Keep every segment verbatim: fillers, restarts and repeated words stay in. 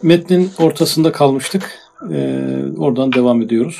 metnin ortasında kalmıştık. Ee, oradan devam ediyoruz.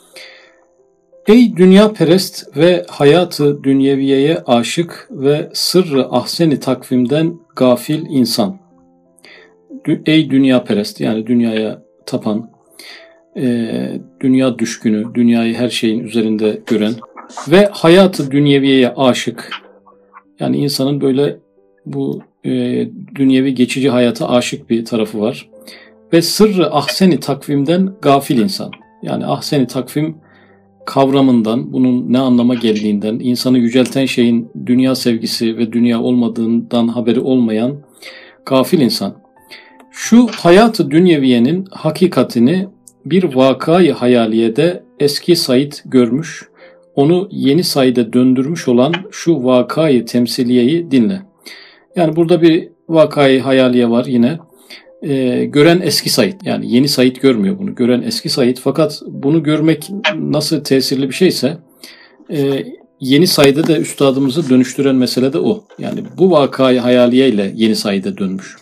Ey dünya perest ve hayatı dünyeviyeye aşık ve sırrı ahseni takvimden gafil insan. Ey dünya perest, yani dünyaya tapan, e, dünya düşkünü, dünyayı her şeyin üzerinde gören ve hayatı dünyeviyeye aşık. Yani insanın böyle bu e, dünyevi geçici hayata aşık bir tarafı var. Ve sırrı ahseni takvimden gafil insan. Yani ahseni takvim kavramından, bunun ne anlama geldiğinden, insanı yücelten şeyin dünya sevgisi ve dünya olmadığından haberi olmayan gafil insan. Şu hayatı dünyeviyenin hakikatini bir vakayı hayaliyede eski Said görmüş, onu yeni Said'e döndürmüş olan şu vakayı temsiliyeyi dinle. Yani burada bir vakayı hayaliye var yine. Ee, gören eski Said, yani yeni Said görmüyor bunu. Gören eski Said, fakat bunu görmek nasıl tesirli bir şeyse e, yeni Said'e de üstadımızı dönüştüren mesele de o. Yani bu vakayı hayaliye ile yeni Said'e dönmüş.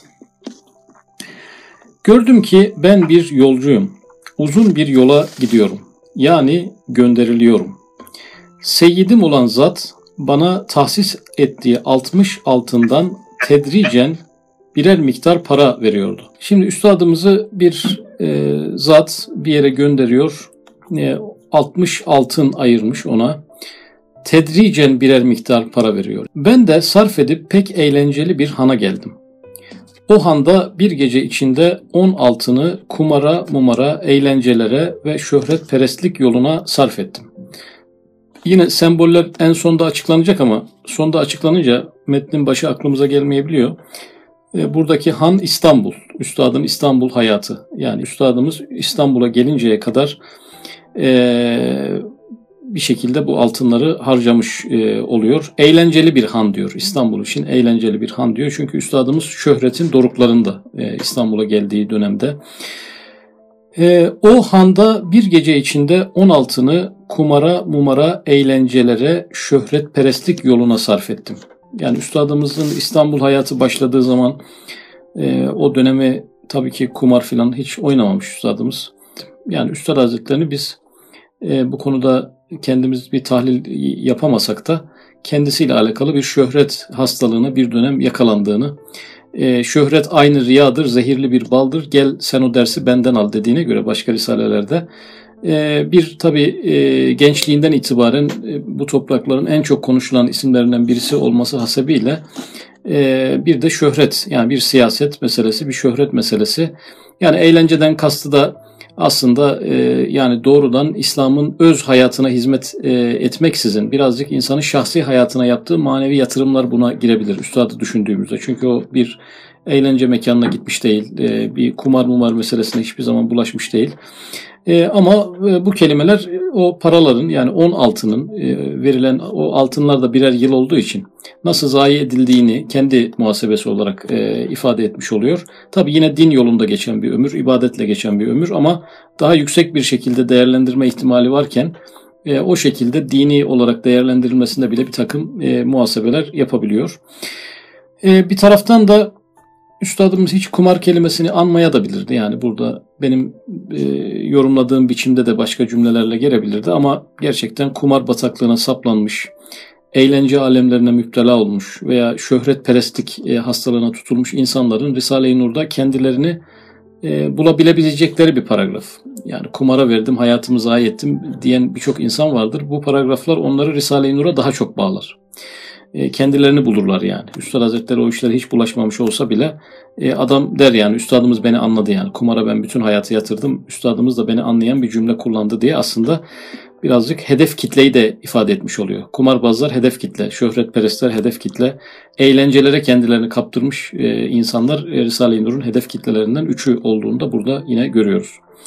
Gördüm ki ben bir yolcuyum. Uzun bir yola gidiyorum. Yani gönderiliyorum. Seyyidim olan zat bana tahsis ettiği altmış altından tedricen birer miktar para veriyordu. Şimdi üstadımızı bir e, zat bir yere gönderiyor. E, altmış altın ayırmış ona. Tedricen birer miktar para veriyor. Ben de sarf edip pek eğlenceli bir hana geldim. O handa bir gece içinde on altını kumara, mumara, eğlencelere ve şöhretperestlik yoluna sarf ettim. Yine semboller en sonda açıklanacak ama sonda açıklanınca metnin başı aklımıza gelmeyebiliyor. Buradaki han İstanbul, üstadın İstanbul hayatı. Yani üstadımız İstanbul'a gelinceye kadar e, bir şekilde bu altınları harcamış e, oluyor. Eğlenceli bir han diyor, İstanbul için eğlenceli bir han diyor. Çünkü üstadımız şöhretin doruklarında e, İstanbul'a geldiği dönemde. E, o handa bir gece içinde on altını kumara, mumara, eğlencelere, şöhretperestlik yoluna sarf ettim. Yani üstadımızın İstanbul hayatı başladığı zaman e, o dönemi tabii ki kumar filan hiç oynamamış üstadımız. Yani Üstad Hazretlerini biz e, bu konuda kendimiz bir tahlil yapamasak da kendisiyle alakalı bir şöhret hastalığına bir dönem yakalandığını, e, şöhret aynı riyadır, zehirli bir baldır, gel sen o dersi benden al dediğine göre başka risalelerde bir tabii gençliğinden itibaren bu toprakların en çok konuşulan isimlerinden birisi olması hasebiyle bir de şöhret, yani bir siyaset meselesi, bir şöhret meselesi. Yani eğlenceden kastı da aslında yani doğrudan İslam'ın öz hayatına hizmet etmeksizin birazcık insanın şahsi hayatına yaptığı manevi yatırımlar buna girebilir üstadı düşündüğümüzde. Çünkü o bir eğlence mekanına gitmiş değil, bir kumar mumar meselesine hiçbir zaman bulaşmış değil. E, ama e, bu kelimeler o paraların, yani on altının e, verilen o altınlar da birer yıl olduğu için nasıl zayi edildiğini kendi muhasebesi olarak e, ifade etmiş oluyor. Tabi yine din yolunda geçen bir ömür, ibadetle geçen bir ömür ama daha yüksek bir şekilde değerlendirme ihtimali varken e, o şekilde dini olarak değerlendirilmesinde bile bir takım e, muhasebeler yapabiliyor. E, bir taraftan da üstadımız hiç kumar kelimesini anmaya da bilirdi. Yani burada benim e, yorumladığım biçimde de başka cümlelerle gelebilirdi ama gerçekten kumar bataklığına saplanmış, eğlence alemlerine müptela olmuş veya şöhretperestlik e, hastalığına tutulmuş insanların Risale-i Nur'da kendilerini e, bulabilecekleri bir paragraf. Yani kumara verdim, hayatımı zayi ettim diyen birçok insan vardır. Bu paragraflar onları Risale-i Nur'a daha çok bağlar. Kendilerini bulurlar yani. Üstad Hazretleri o işlere hiç bulaşmamış olsa bile adam der yani üstadımız beni anladı yani. Kumara ben bütün hayatı yatırdım. Üstadımız da beni anlayan bir cümle kullandı diye aslında birazcık hedef kitleyi de ifade etmiş oluyor. Kumarbazlar hedef kitle, şöhretperestler hedef kitle, eğlencelere kendilerini kaptırmış insanlar Risale-i Nur'un hedef kitlelerinden üçü olduğunu da burada yine görüyoruz.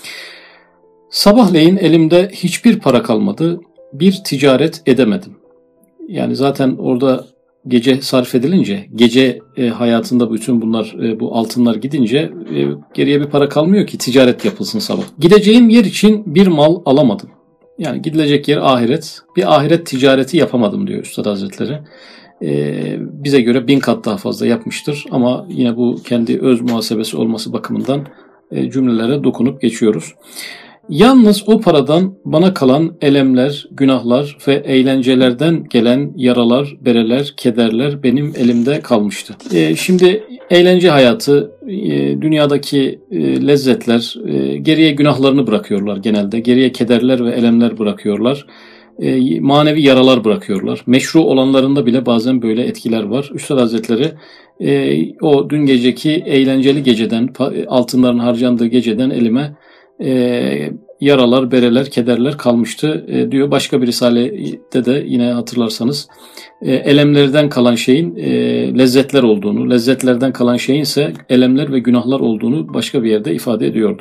Sabahleyin elimde hiçbir para kalmadı. Bir ticaret edemedim. Yani zaten orada gece sarf edilince, gece e, hayatında bütün bunlar, e, bu altınlar gidince e, geriye bir para kalmıyor ki ticaret yapılsın sabah. Gideceğim yer için bir mal alamadım. Yani gidilecek yer ahiret, bir ahiret ticareti yapamadım diyor Üstad Hazretleri. E, bize göre bin kat daha fazla yapmıştır ama yine bu kendi öz muhasebesi olması bakımından e, cümlelere dokunup geçiyoruz. Yalnız o paradan bana kalan elemler, günahlar ve eğlencelerden gelen yaralar, bereler, kederler benim elimde kalmıştı. E, şimdi eğlence hayatı, e, dünyadaki e, lezzetler, e, geriye günahlarını bırakıyorlar genelde. Geriye kederler ve elemler bırakıyorlar. E, manevi yaralar bırakıyorlar. Meşru olanlarında bile bazen böyle etkiler var. Üstad Hazretleri e, o dün geceki eğlenceli geceden, altınların harcandığı geceden elime e, yaralar, bereler, kederler kalmıştı e, diyor. Başka bir risalede de yine hatırlarsanız e, elemlerden kalan şeyin e, lezzetler olduğunu, lezzetlerden kalan şeyin ise elemler ve günahlar olduğunu başka bir yerde ifade ediyordu.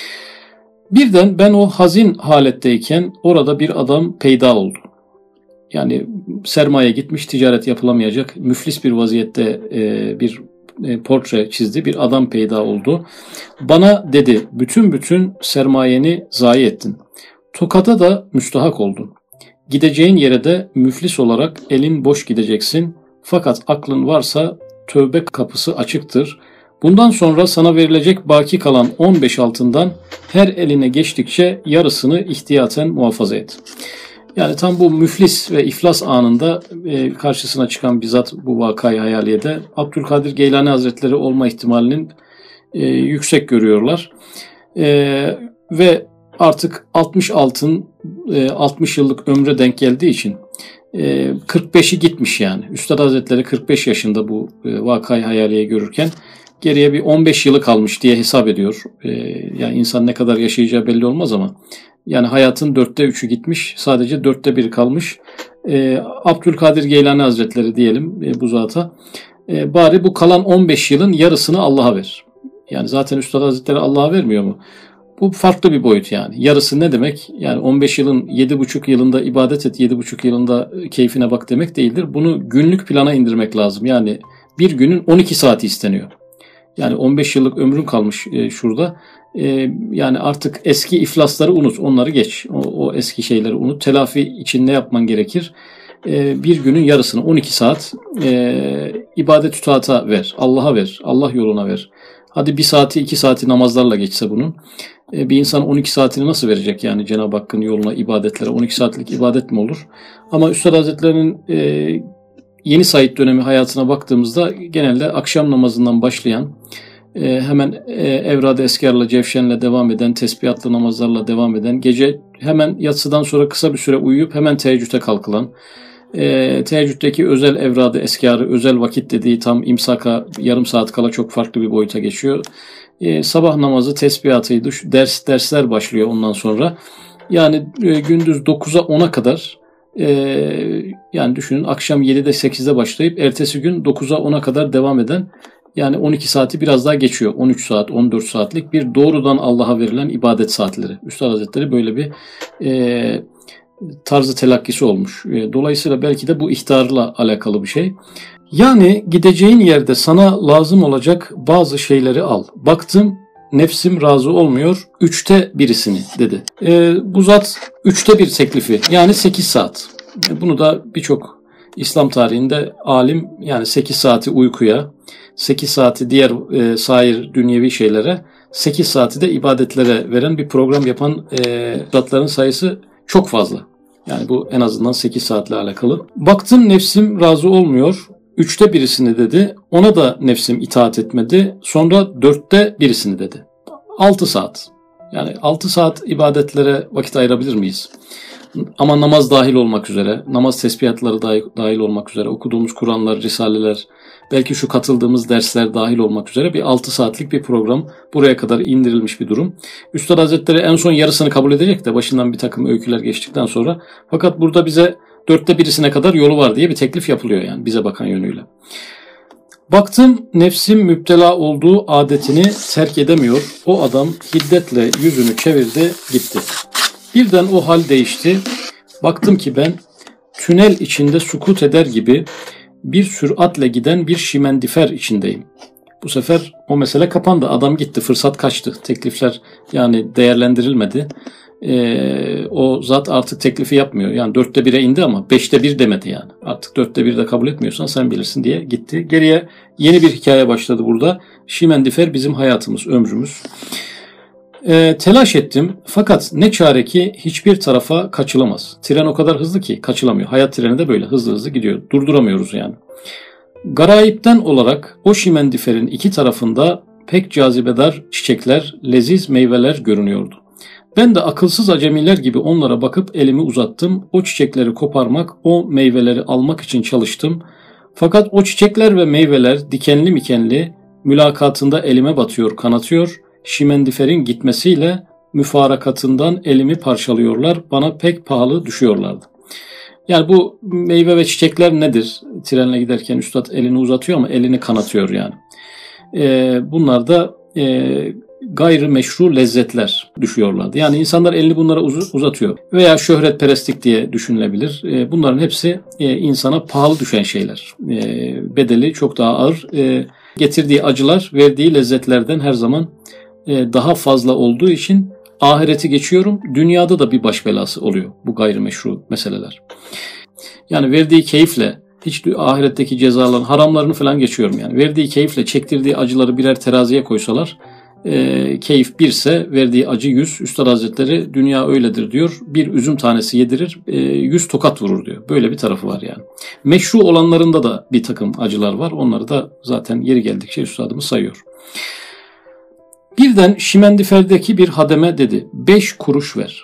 Birden ben o hazin haletteyken orada bir adam peyda oldu. Yani sermaye gitmiş, ticaret yapılamayacak, müflis bir vaziyette e, bir e, portre çizdi, bir adam peyda oldu. Bana dedi, bütün bütün sermayeni zayi ettin. Tokata da müstahak oldun. Gideceğin yere de müflis olarak elin boş gideceksin. Fakat aklın varsa tövbe kapısı açıktır. Bundan sonra sana verilecek baki kalan on beş altından her eline geçtikçe yarısını ihtiyaten muhafaza et. Yani tam bu müflis ve iflas anında e, karşısına çıkan bizzat bu vakayı hayaliyede Abdülkadir Geylani Hazretleri olma ihtimalinin e, yüksek görüyorlar. E, ve artık altmış altın, e, altmış yıllık ömre denk geldiği için e, kırk beşi gitmiş yani. Üstad Hazretleri kırk beş yaşında bu e, vakayı hayaliye görürken geriye bir on beş yılı kalmış diye hesap ediyor. E, yani insan ne kadar yaşayacağı belli olmaz ama yani hayatın dörtte üçü gitmiş, sadece dörtte biri kalmış. E, Abdülkadir Geylani Hazretleri diyelim e, bu zata. E, bari bu kalan on beş yılın yarısını Allah'a ver. Yani zaten Üstad Hazretleri Allah'a vermiyor mu? Bu farklı bir boyut yani. Yarısı ne demek? Yani on beş yılın yedi buçuk yılında ibadet et, yedi buçuk yılında keyfine bak demek değildir. Bunu günlük plana indirmek lazım. Yani bir günün on iki saati isteniyor. Yani on beş yıllık ömrün kalmış e, şurada. E, yani artık eski iflasları unut, onları geç. O, o eski şeyleri unut. Telafi için ne yapman gerekir? E, bir günün yarısını on iki saat e, ibadet-ü taata ver. Allah'a ver, Allah yoluna ver. Hadi bir saati, iki saati namazlarla geçse bunun. E, bir insan on iki saatini nasıl verecek yani Cenab-ı Hakk'ın yoluna, ibadetlere? on iki saatlik ibadet mi olur? Ama Üstad Hazretleri'nin e, Yeni Said dönemi hayatına baktığımızda genelde akşam namazından başlayan, e, hemen e, evrad-ı eskarla, cevşenle devam eden, tesbihatlı namazlarla devam eden, gece hemen yatsıdan sonra kısa bir süre uyuyup hemen teheccüde kalkılan, e, teheccüddeki özel evrad-ı eskarı, özel vakit dediği tam imsaka yarım saat kala çok farklı bir boyuta geçiyor. E, sabah namazı, tesbihatıydı, ders dersler başlıyor ondan sonra. Yani e, gündüz dokuza ona kadar, Ee, yani düşünün akşam yedide sekizde başlayıp ertesi gün dokuza ona kadar devam eden, yani on iki saati biraz daha geçiyor. on üç saat, on dört saatlik bir doğrudan Allah'a verilen ibadet saatleri. Üstad Hazretleri böyle bir e, tarzı telakkisi olmuş. E, dolayısıyla belki de bu ihtarla alakalı bir şey. Yani gideceğin yerde sana lazım olacak bazı şeyleri al. Baktım nefsim razı olmuyor. Üçte birisini dedi. E, bu zat üçte bir teklifi, yani sekiz saat. E, bunu da birçok İslam tarihinde alim, yani sekiz saati uykuya, sekiz saati diğer e, sair dünyevi şeylere, sekiz saati de ibadetlere veren bir program yapan e, zatların sayısı çok fazla. Yani bu en azından sekiz saatle alakalı. Baktım nefsim razı olmuyor. Üçte birisini dedi. Ona da nefsim itaat etmedi. Sonra dörtte birisini dedi. Altı saat. Yani altı saat ibadetlere vakit ayırabilir miyiz? Ama namaz dahil olmak üzere, namaz tesbihatları dahil olmak üzere, okuduğumuz Kur'anlar, risaleler, belki şu katıldığımız dersler dahil olmak üzere bir altı saatlik bir program, buraya kadar indirilmiş bir durum. Üstad Hazretleri en son yarısını kabul edecek de başından bir takım öyküler geçtikten sonra. Fakat burada bize dörtte birisine kadar yolu var diye bir teklif yapılıyor yani bize bakan yönüyle. Baktım nefsim müptela olduğu adetini terk edemiyor. O adam hiddetle yüzünü çevirdi gitti. Birden o hal değişti. Baktım ki ben tünel içinde sukut eder gibi bir süratle giden bir şimendifer içindeyim. Bu sefer o mesele kapandı. Adam gitti. Fırsat kaçtı. Teklifler yani değerlendirilmedi. Ee, o zat artık teklifi yapmıyor. Yani dörtte bire indi ama beşte bir demedi yani. Artık dörtte bir de kabul etmiyorsan sen bilirsin diye gitti. Geriye yeni bir hikaye başladı burada. Şimendifer bizim hayatımız, ömrümüz. E, telaş ettim fakat ne çare ki hiçbir tarafa kaçılamaz. Tren o kadar hızlı ki kaçılamıyor. Hayat treni de böyle hızlı hızlı gidiyor. Durduramıyoruz yani. Garayipten olarak o şimendiferin iki tarafında pek cazibedar çiçekler, leziz meyveler görünüyordu. Ben de akılsız acemiler gibi onlara bakıp elimi uzattım. O çiçekleri koparmak, o meyveleri almak için çalıştım. Fakat o çiçekler ve meyveler dikenli mikenli mülakatında elime batıyor, kanatıyor. Şimendiferin gitmesiyle müfarakatından elimi parçalıyorlar. Bana pek pahalı düşüyorlardı. Yani bu meyve ve çiçekler nedir? Trenle giderken üstad elini uzatıyor ama elini kanatıyor yani. Ee, bunlar da e, gayri meşru lezzetler düşüyorlardı. Yani insanlar elini bunlara uz- uzatıyor. Veya şöhretperestlik diye düşünülebilir. E, bunların hepsi e, insana pahalı düşen şeyler. E, bedeli çok daha ağır. E, getirdiği acılar verdiği lezzetlerden her zaman e, daha fazla olduğu için ahireti geçiyorum. Dünyada da bir baş belası oluyor bu gayrimeşru meseleler. Yani verdiği keyifle hiç ahiretteki cezaların haramlarını falan geçiyorum yani. Verdiği keyifle çektirdiği acıları birer teraziye koysalar e, keyif birse verdiği acı yüz. Üstad Hazretleri dünya öyledir diyor. Bir üzüm tanesi yedirir e, yüz tokat vurur diyor. Böyle bir tarafı var yani. Meşru olanlarında da bir takım acılar var. Onları da zaten yeri geldikçe üstadımız sayıyor. Birden Şimendiferdeki bir hademe dedi. Beş kuruş ver.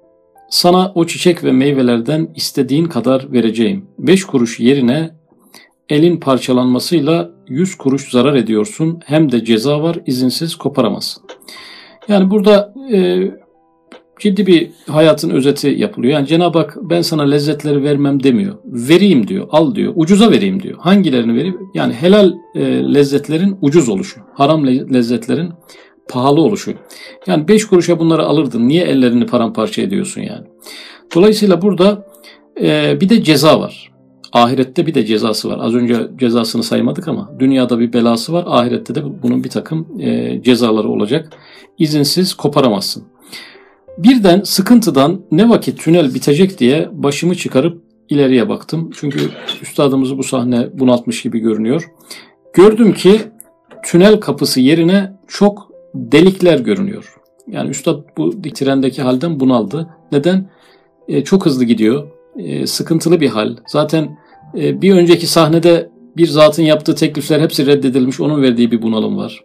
Sana o çiçek ve meyvelerden istediğin kadar vereceğim. Beş kuruş yerine elin parçalanmasıyla yüz kuruş zarar ediyorsun. Hem de ceza var, izinsiz koparamazsın. Yani burada e, ciddi bir hayatın özeti yapılıyor. Yani Cenab-ı Hak ben sana lezzetleri vermem demiyor. Vereyim diyor, al diyor. Ucuza vereyim diyor. Hangilerini vereyim? Yani helal e, lezzetlerin ucuz oluşu. Haram le- lezzetlerin pahalı oluşu. Yani beş kuruşa bunları alırdın. Niye ellerini paramparça ediyorsun yani? Dolayısıyla burada e, bir de ceza var. Ahirette bir de cezası var. Az önce cezasını saymadık ama dünyada bir belası var. Ahirette de bunun bir takım e, cezaları olacak. İzinsiz koparamazsın. Birden sıkıntıdan ne vakit tünel bitecek diye başımı çıkarıp ileriye baktım. Çünkü üstadımızı bu sahne bunaltmış gibi görünüyor. Gördüm ki tünel kapısı yerine çok delikler görünüyor. Yani üstad bu trendeki halden bunaldı. Neden? E, çok hızlı gidiyor. E, sıkıntılı bir hal. Zaten e, bir önceki sahnede bir zatın yaptığı teklifler hepsi reddedilmiş. Onun verdiği bir bunalım var.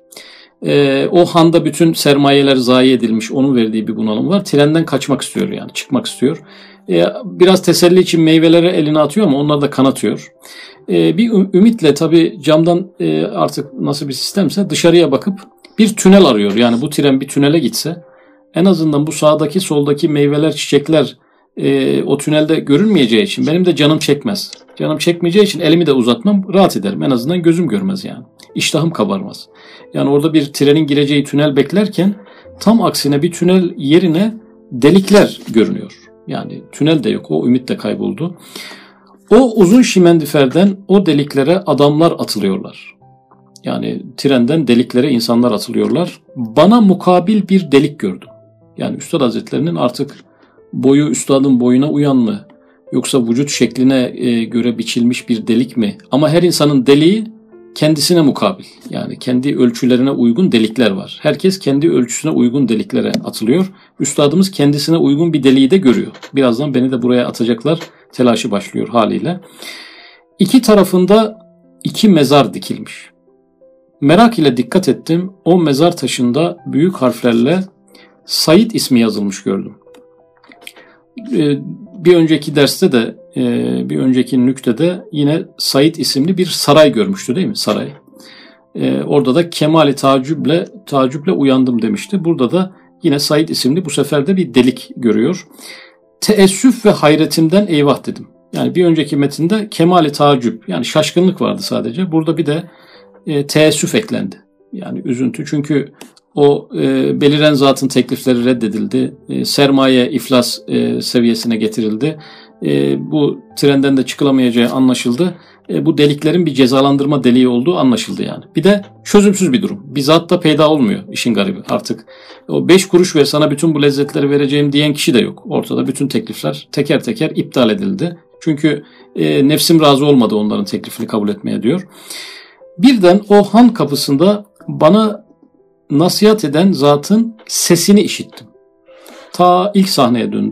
E, o handa bütün sermayeler zayi edilmiş. Onun verdiği bir bunalım var. Trenden kaçmak istiyor yani. Çıkmak istiyor. E, biraz teselli için meyvelere elini atıyor ama onlar da kanatıyor. E, bir ümitle tabii camdan e, artık nasıl bir sistemse dışarıya bakıp bir tünel arıyor. Yani bu tren bir tünele gitse en azından bu sağdaki soldaki meyveler, çiçekler e, o tünelde görünmeyeceği için benim de canım çekmez. Canım çekmeyeceği için elimi de uzatmam, rahat ederim. En azından gözüm görmez yani. İştahım kabarmaz. Yani orada bir trenin gireceği tünel beklerken tam aksine bir tünel yerine delikler görünüyor. Yani tünel de yok. O ümit de kayboldu. O uzun şimendiferden o deliklere adamlar atılıyorlar. Yani trenden deliklere insanlar atılıyorlar. Bana mukabil bir delik gördüm. Yani Üstad Hazretlerinin artık boyu üstadın boyuna uyan mı? Yoksa vücut şekline e, göre biçilmiş bir delik mi? Ama her insanın deliği kendisine mukabil. Yani kendi ölçülerine uygun delikler var. Herkes kendi ölçüsüne uygun deliklere atılıyor. Üstadımız kendisine uygun bir deliği de görüyor. Birazdan beni de buraya atacaklar. Telaşı başlıyor haliyle. İki tarafında iki mezar dikilmiş. Merak ile dikkat ettim. O mezar taşında büyük harflerle Said ismi yazılmış gördüm. Bir önceki derste de, bir önceki nüktede yine Said isimli bir saray görmüştü değil mi? Saray. Orada da Kemali tacüble, tacüble uyandım demişti. Burada da yine Said isimli bu sefer de bir delik görüyor. Teessüf ve hayretimden eyvah dedim. Yani bir önceki metinde Kemali tacüb yani şaşkınlık vardı sadece. Burada bir de e, teessüf eklendi. Yani üzüntü. Çünkü o e, beliren zatın teklifleri reddedildi. E, sermaye iflas e, seviyesine getirildi. E, bu trenden de çıkılamayacağı anlaşıldı. E, bu deliklerin bir cezalandırma deliği olduğu anlaşıldı yani. Bir de çözümsüz bir durum. Bir zat da peyda olmuyor işin garibi artık. O beş kuruş ver sana bütün bu lezzetleri vereceğim diyen kişi de yok. Ortada bütün teklifler teker teker iptal edildi. Çünkü e, nefsim razı olmadı onların teklifini kabul etmeye diyor. Birden o han kapısında bana nasihat eden zatın sesini işittim. Ta ilk sahneye döndü.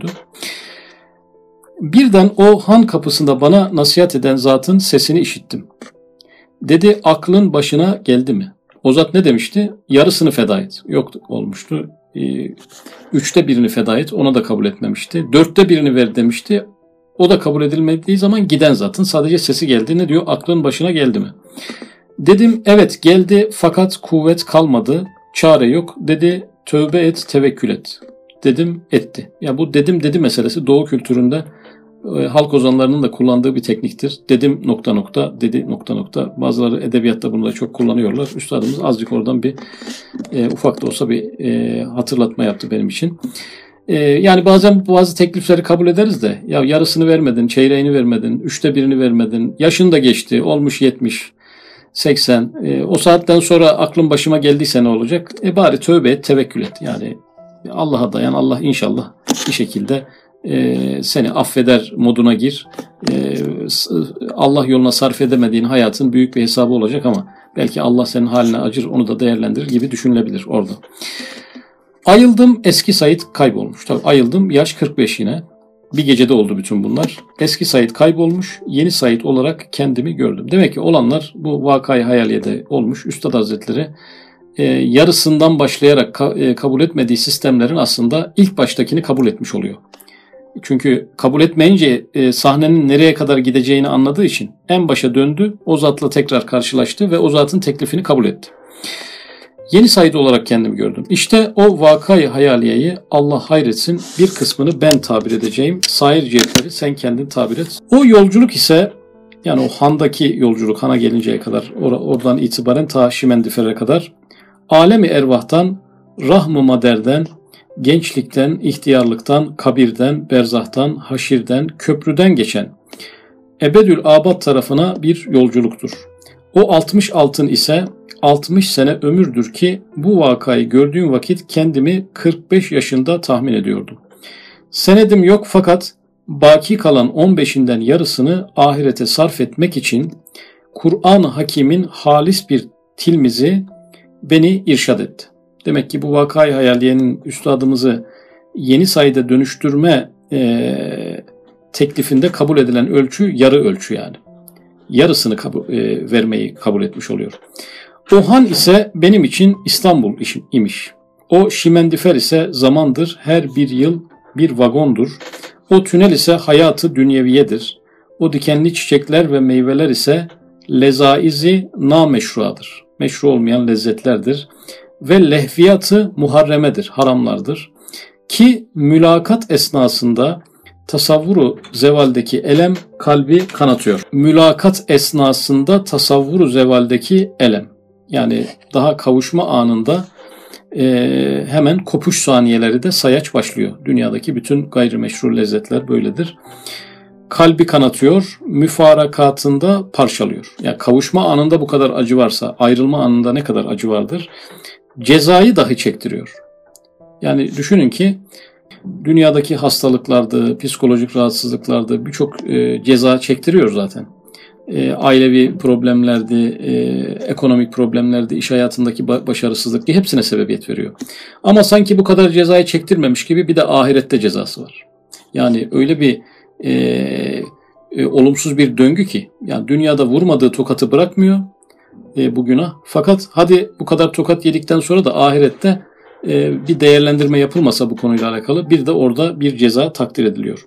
Birden o han kapısında bana nasihat eden zatın sesini işittim. Dedi, aklın başına geldi mi? O zat ne demişti? Yarısını feda et. Yok olmuştu. Ee, üçte birini feda et. Ona da kabul etmemişti. Dörtte birini ver demişti. O da kabul edilmediği zaman giden zatın sadece sesi geldi. Ne diyor? Aklın başına geldi mi? Dedim evet geldi fakat kuvvet kalmadı. Çare yok. Dedi tövbe et, tevekkül et. Dedim etti. Ya bu dedim dedi meselesi Doğu kültüründe e, halk ozanlarının da kullandığı bir tekniktir. Dedim nokta nokta, dedi nokta nokta. Bazıları edebiyatta bunu da çok kullanıyorlar. Üstadımız azıcık oradan bir e, ufak da olsa bir e, hatırlatma yaptı benim için. E, yani bazen bazı teklifleri kabul ederiz de ya yarısını vermedin, çeyreğini vermedin, üçte birini vermedin, yaşın da geçti, olmuş yetmiş, seksen. E, o saatten sonra aklın başıma geldiyse ne olacak? E bari tövbe et, tevekkül et. Yani Allah'a dayan, Allah inşallah bir şekilde e, seni affeder moduna gir. E, Allah yoluna sarf edemediğin hayatın büyük bir hesabı olacak ama belki Allah senin haline acır, onu da değerlendirir gibi düşünülebilir orada. Ayıldım, eski Said kaybolmuş. Tabii ayıldım, yaş kırk beş yine. Bir gecede oldu bütün bunlar. Eski Said kaybolmuş, yeni Said olarak kendimi gördüm. Demek ki olanlar bu vakayı hayaliyede olmuş. Üstad Hazretleri e, yarısından başlayarak ka, e, kabul etmediği sistemlerin aslında ilk baştakini kabul etmiş oluyor. Çünkü kabul etmeyince e, sahnenin nereye kadar gideceğini anladığı için en başa döndü, o zatla tekrar karşılaştı ve o zatın teklifini kabul etti. Yeni Said olarak kendimi gördüm. İşte o vakayı hayaliyeyi Allah hayretsin bir kısmını ben tabir edeceğim. Sair cihetleri sen kendin tabir et. O yolculuk ise yani o handaki yolculuk hana gelinceye kadar or- oradan itibaren ta Şimendifer'e kadar alemi ervahtan, rahm-ı maderden, gençlikten, ihtiyarlıktan, kabirden, berzahtan, haşirden, köprüden geçen ebedül abad tarafına bir yolculuktur. O altmış altın ise altmış sene ömürdür ki bu vakayı gördüğüm vakit kendimi kırk beş yaşında tahmin ediyordum. Senedim yok fakat baki kalan on beşinden yarısını ahirete sarf etmek için Kur'an-ı Hakîm'in halis bir tilmizi beni irşad etti. Demek ki bu vakayı hayaliyenin üstadımızı yeni Said'e dönüştürme e, teklifinde kabul edilen ölçü yarı ölçü yani. Yarısını kabul, e, vermeyi kabul etmiş oluyor. O han ise benim için İstanbul imiş. O Şimendifer ise zamandır, her bir yıl bir vagondur. O tünel ise hayatı dünyeviyedir. O dikenli çiçekler ve meyveler ise lezaizi nameşruadır. Meşru olmayan lezzetlerdir. Ve lehviyatı muharremedir, haramlardır. Ki mülakat esnasında tasavvuru zevaldeki elem kalbi kanatıyor. Mülakat esnasında tasavvuru zevaldeki elem. Yani daha kavuşma anında e, hemen kopuş saniyeleri de sayaç başlıyor. Dünyadaki bütün gayrimeşru lezzetler böyledir. Kalbi kanatıyor, müfarakatında parçalıyor. Yani kavuşma anında bu kadar acı varsa, ayrılma anında ne kadar acı vardır? Cezayı dahi çektiriyor. Yani düşünün ki dünyadaki hastalıklarda, psikolojik rahatsızlıklarda birçok e, ceza çektiriyor zaten. E, ailevi problemlerdi, e, ekonomik problemlerdi, iş hayatındaki ba- başarısızlık diye hepsine sebebiyet veriyor. Ama sanki bu kadar cezayı çektirmemiş gibi bir de ahirette cezası var. Yani öyle bir e, e, olumsuz bir döngü ki, yani dünyada vurmadığı tokatı bırakmıyor e, bu günah. Fakat hadi bu kadar tokat yedikten sonra da ahirette e, bir değerlendirme yapılmasa bu konuyla alakalı bir de orada bir ceza takdir ediliyor.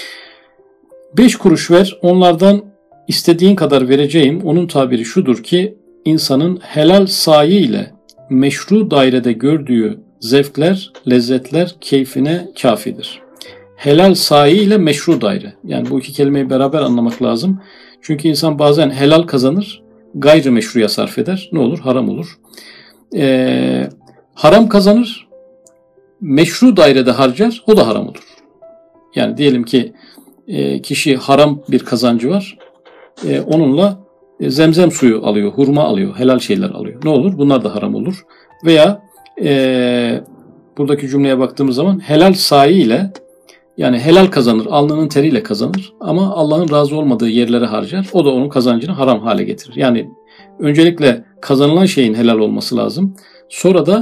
Beş kuruş ver, onlardan İstediğin kadar vereceğim. Onun tabiri şudur ki insanın helal sayi ile meşru dairede gördüğü zevkler, lezzetler keyfine kafidir. Helal sayi ile meşru daire. Yani bu iki kelimeyi beraber anlamak lazım. Çünkü insan bazen helal kazanır, gayrimeşruya sarf eder. Ne olur? Haram olur. Ee, haram kazanır, meşru dairede harcar, o da haram olur. Yani diyelim ki e, kişi haram bir kazancı var. Ee, onunla e, zemzem suyu alıyor, hurma alıyor, helal şeyler alıyor. Ne olur? Bunlar da haram olur. Veya e, buradaki cümleye baktığımız zaman helal sayi ile, yani helal kazanır, alnının teriyle kazanır ama Allah'ın razı olmadığı yerlere harcar. O da onun kazancını haram hale getirir. Yani öncelikle kazanılan şeyin helal olması lazım. Sonra da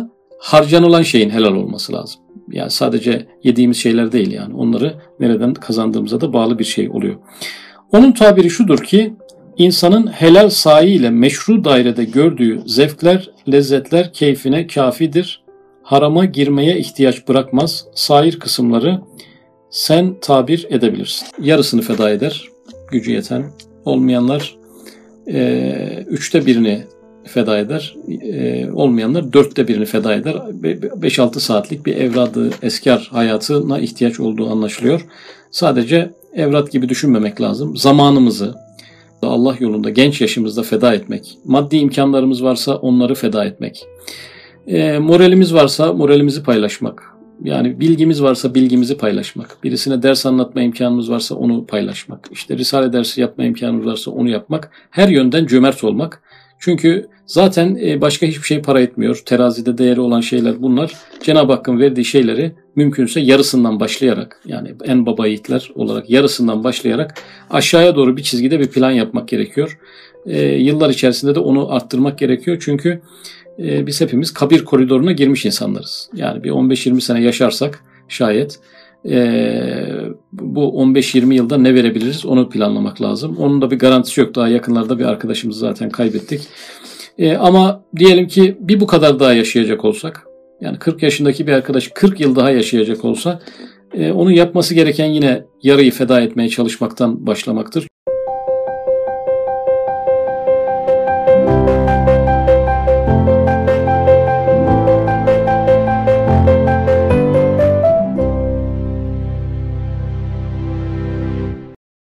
harcanılan şeyin helal olması lazım. Yani sadece yediğimiz şeyler değil yani. Onları nereden kazandığımıza da bağlı bir şey oluyor. Onun tabiri şudur ki, insanın helal sahiyle meşru dairede gördüğü zevkler, lezzetler keyfine kafidir. Harama girmeye ihtiyaç bırakmaz. Sair kısımları sen tabir edebilirsin. Yarısını feda eder, gücü yeten. Olmayanlar e, üçte birini feda eder. E, olmayanlar dörtte birini feda eder. beş altı saatlik bir evradı eskar hayatına ihtiyaç olduğu anlaşılıyor. Sadece evrat gibi düşünmemek lazım. Zamanımızı Allah yolunda genç yaşımızda feda etmek. Maddi imkanlarımız varsa onları feda etmek. E, moralimiz varsa moralimizi paylaşmak. Yani bilgimiz varsa bilgimizi paylaşmak. Birisine ders anlatma imkanımız varsa onu paylaşmak. İşte risale dersi yapma imkanımız varsa onu yapmak. Her yönden cömert olmak. Çünkü zaten başka hiçbir şey para etmiyor. Terazide değeri olan şeyler bunlar. Cenab-ı Hakk'ın verdiği şeyleri mümkünse yarısından başlayarak, yani en baba yiğitler olarak yarısından başlayarak aşağıya doğru bir çizgide bir plan yapmak gerekiyor. E, yıllar içerisinde de onu arttırmak gerekiyor. Çünkü e, biz hepimiz kabir koridoruna girmiş insanlarız. Yani bir on beş yirmi sene yaşarsak şayet e, bu on beş yirmi yılda ne verebiliriz onu planlamak lazım. Onun da bir garantisi yok. Daha yakınlarda bir arkadaşımızı zaten kaybettik. E, ama diyelim ki bir bu kadar daha yaşayacak olsak, yani kırk yaşındaki bir arkadaş kırk yıl daha yaşayacak olsa, e, onun yapması gereken yine yarıyı feda etmeye çalışmaktan başlamaktır.